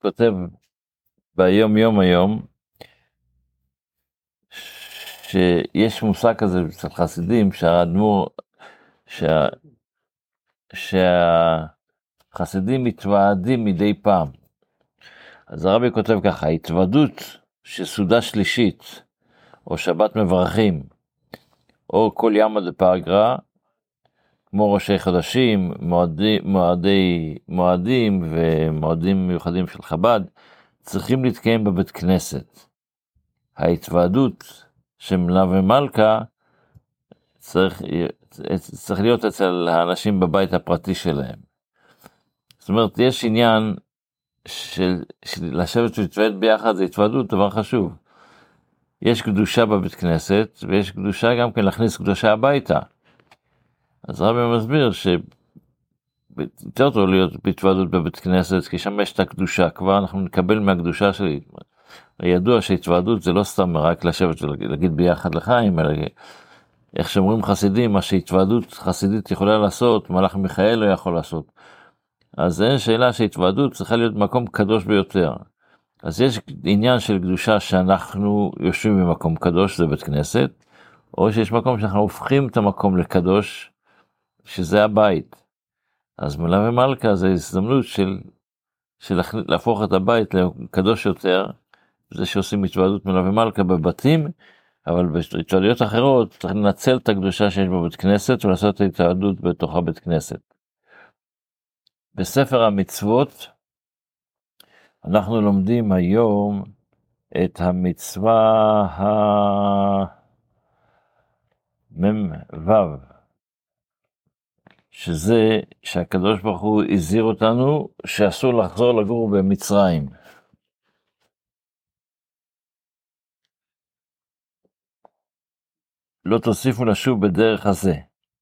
כותב ביום יום היום, שיש מושג כזה אצל חסידים, שהאדמו"ר, שהחסידים מתוועדים מדי פעם. אז הרבי כותב ככה, התוועדות שסעודה שלישית, או שבת מברכים, או כל ימא דפגרא, כמו ראשי חודשים, מועדים ומועדים מיוחדים של חב"ד, צריכים להתקיים בבית כנסת. ההתוועדות של מלווה מלכה צריך להיות אצל האנשים בבית הפרטי שלהם. זאת אומרת, יש עניין של לשבת ולהתוועד ביחד, זה התוועדות, דבר חשוב. יש קדושה בבית כנסת, ויש קדושה גם כן להכניס קדושה הביתה. אז רבי מסביר יותר טוב להיות בהתוועדות בבית כנסת, כי שם יש את הקדושה, כבר אנחנו נקבל מהקדושה שלי. ידוע שהתוועדות זה לא סתם רק לשבת ולהגיד ביחד לחיים, אלא איך שאומרים חסידים, מה שהתוועדות חסידית יכולה לעשות, מלאך מיכאל לא יכול לעשות. אז אין שאלה שהתוועדות צריכה להיות מקום קדוש ביותר. אז יש עניין של קדושה שאנחנו יושבים במקום קדוש, זה בית כנסת, או שיש מקום שאנחנו הופכים את המקום לקדוש, שזה הבית. אז מלווה מלכה זה הזדמנות של להפוך את הבית לקדוש יותר, זה שעושים התוועדות מלווה מלכה בבתים, אבל בהתוועדויות אחרות צריך לנצל את הקדושה שיש בבית כנסת, ולעשות את ההתוועדות בתוך הבית כנסת. בספר המצוות, אנחנו לומדים היום את המצווה המ"ו, שזה שהקדוש ברוך הוא הזהיר אותנו שאסור לחזור לגור במצרים. לא תוסיפו לשוב בדרך הזה.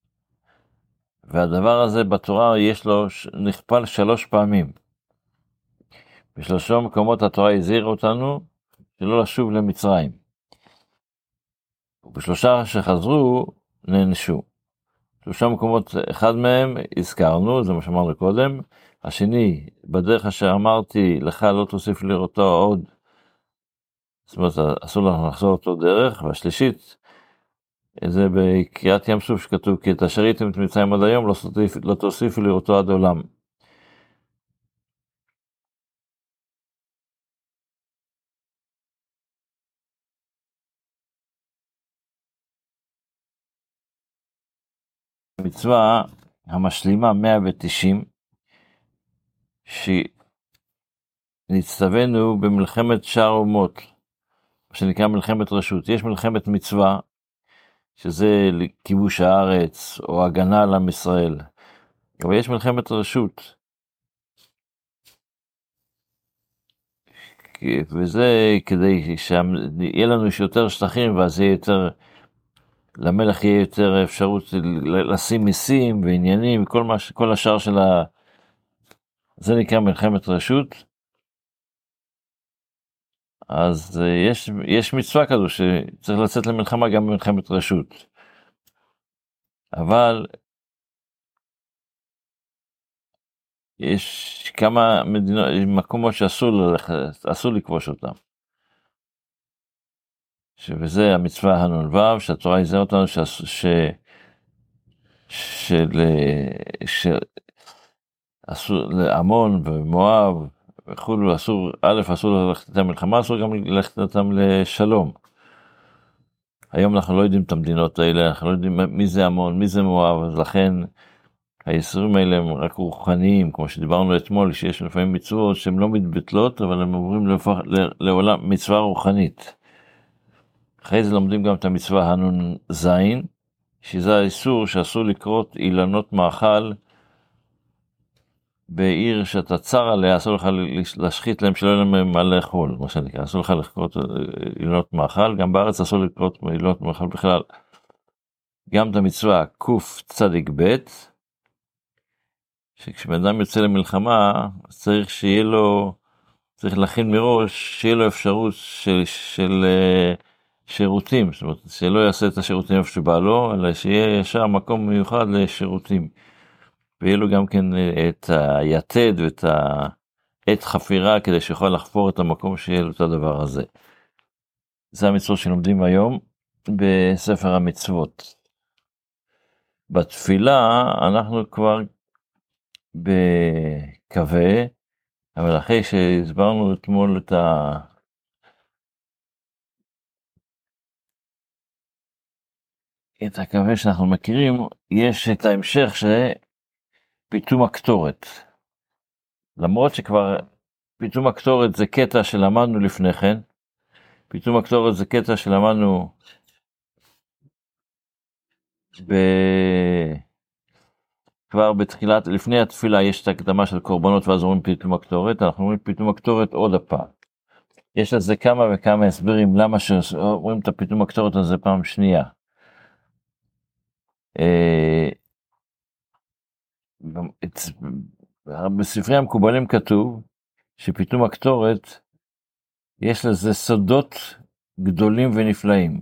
והדבר הזה בתורה יש לו נכפל 3 פעמים. ב3 מקומות התורה הזהירה אותנו שלא לשוב למצרים. וב3 שחזרו נענשו. 3 מקומות, אחד מהם הזכרנו, זה מה שאמרנו קודם. השני, בדרך אשר אמרתי לך לא תוסיף לראותו עוד. זאת אומרת, אסור לנו לחזור אותו דרך. והשלישית, זה בקריאת ים סוף שכתוב, כי את אשר ראיתם את מצרים עד היום לא תוסיפו לראותו עד עולם. המצווה המשלימה 190, שנצטווינו במלחמת שער אומות, שנקרא מלחמת רשות. יש מלחמת מצווה, שזה כיבוש הארץ, או הגנה על עם ישראל. אבל יש מלחמת רשות. וזה כדי שיהיה לנו יותר שטחים, ואז יהיה יותר, למלך יהיה יותר אפשרות לשים מיסים ועניינים, כל השאר של זה נקרא מלחמת רשות. אז יש מצווה כזו שצריך לצאת למלחמה גם במלחמת רשות. אבל יש כמה מקומות שאסור לכבוש אותם. וזה המצווה הנ"ו, שהתורה הזהירה אותנו אסור לעמון ומואב וכו', אסור ללכת איתם מלחמה, אסור גם ללכת איתם לשלום. היום אנחנו לא יודעים את המדינות האלה, אנחנו לא יודעים מי זה עמון, מי זה מואב, אז לכן היסורים האלה הם רק רוחניים, כמו שדיברנו אתמול, שיש לפעמים מצוות שהן לא מתבטלות, אבל הם עוברים לעולם מצווה רוחנית. אחרי זה לומדים גם את המצווה הנ"ז, שזה האיסור שאסור לקרות אילנות מאכל, בעיר שאתה צר עליה, אסור לך להשחית להם שלא יהיה להם מה לאכול, מה שנקרא, אסור לך לקרות אילנות מאכל, גם בארץ אסור לקרות אילנות מאכל בכלל. גם את המצווה קצ"ב, שכשבן יוצא למלחמה, צריך להכין מראש, שיהיה לו אפשרות של שירותים, זאת אומרת, שלא יעשה את השירותים איפה שבא לו, אלא שיהיה ישר מקום מיוחד לשירותים. ויהיה לו גם כן את היתד ואת עת חפירה כדי שיוכל לחפור את המקום שיהיה לו את הדבר הזה. זה המצוות שלומדים היום בספר המצוות. בתפילה אנחנו כבר בקווה, אבל אחרי שהסברנו אתמול את הקווה שאנחנו מכירים, יש את ההמשך שפיתום הקטורת. למרות שכבר פיתום הקטורת זה קטע שלמדנו לפני כן, פיתום הקטורת זה קטע שלמדנו כבר בתחילת, לפני התפילה יש את הקדמה של קורבנות ואז אומרים פיתום הקטורת, אנחנו אומרים פיתום הקטורת עוד הפעם. יש לזה כמה וכמה הסברים למה שאומרים את הפיתום הקטורת הזה פעם שנייה. בספרי המקובלים כתוב שפיתום הקטורת יש לזה סודות גדולים ונפלאים.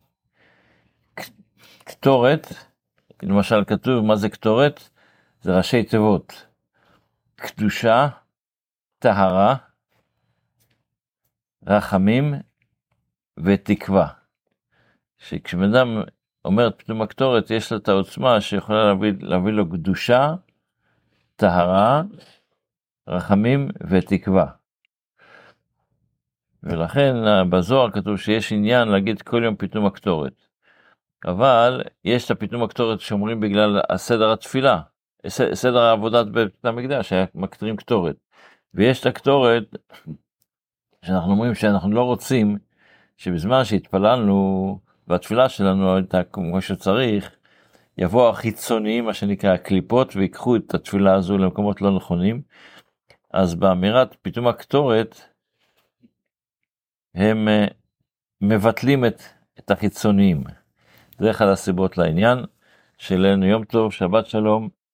קטורת, למשל כתוב מה זה קטורת? זה ראשי תיבות. קדושה, טהרה, רחמים ותקווה. שכשאדם אומר את פיתום הקטורת יש לה את העוצמה שיכולה להביא לו קדושה, טהרה, רחמים ותקווה. ולכן בזוהר כתוב שיש עניין להגיד כל יום פיתום הקטורת. אבל יש את הפיתום הקטורת שאומרים בגלל הסדר התפילה, סדר העבודת בית המקדש, שהיה מקטרים קטורת. ויש את הקטורת שאנחנו אומרים שאנחנו לא רוצים שבזמן שהתפללנו והתפילה שלנו הייתה כמו שצריך, יבוא החיצוניים, מה שנקרא הקליפות, ויקחו את התפילה הזו למקומות לא נכונים. אז באמירת פיתום הקטורת, הם מבטלים את החיצוניים. זה אחד הסיבות לעניין. שלנו יום טוב, שבת שלום.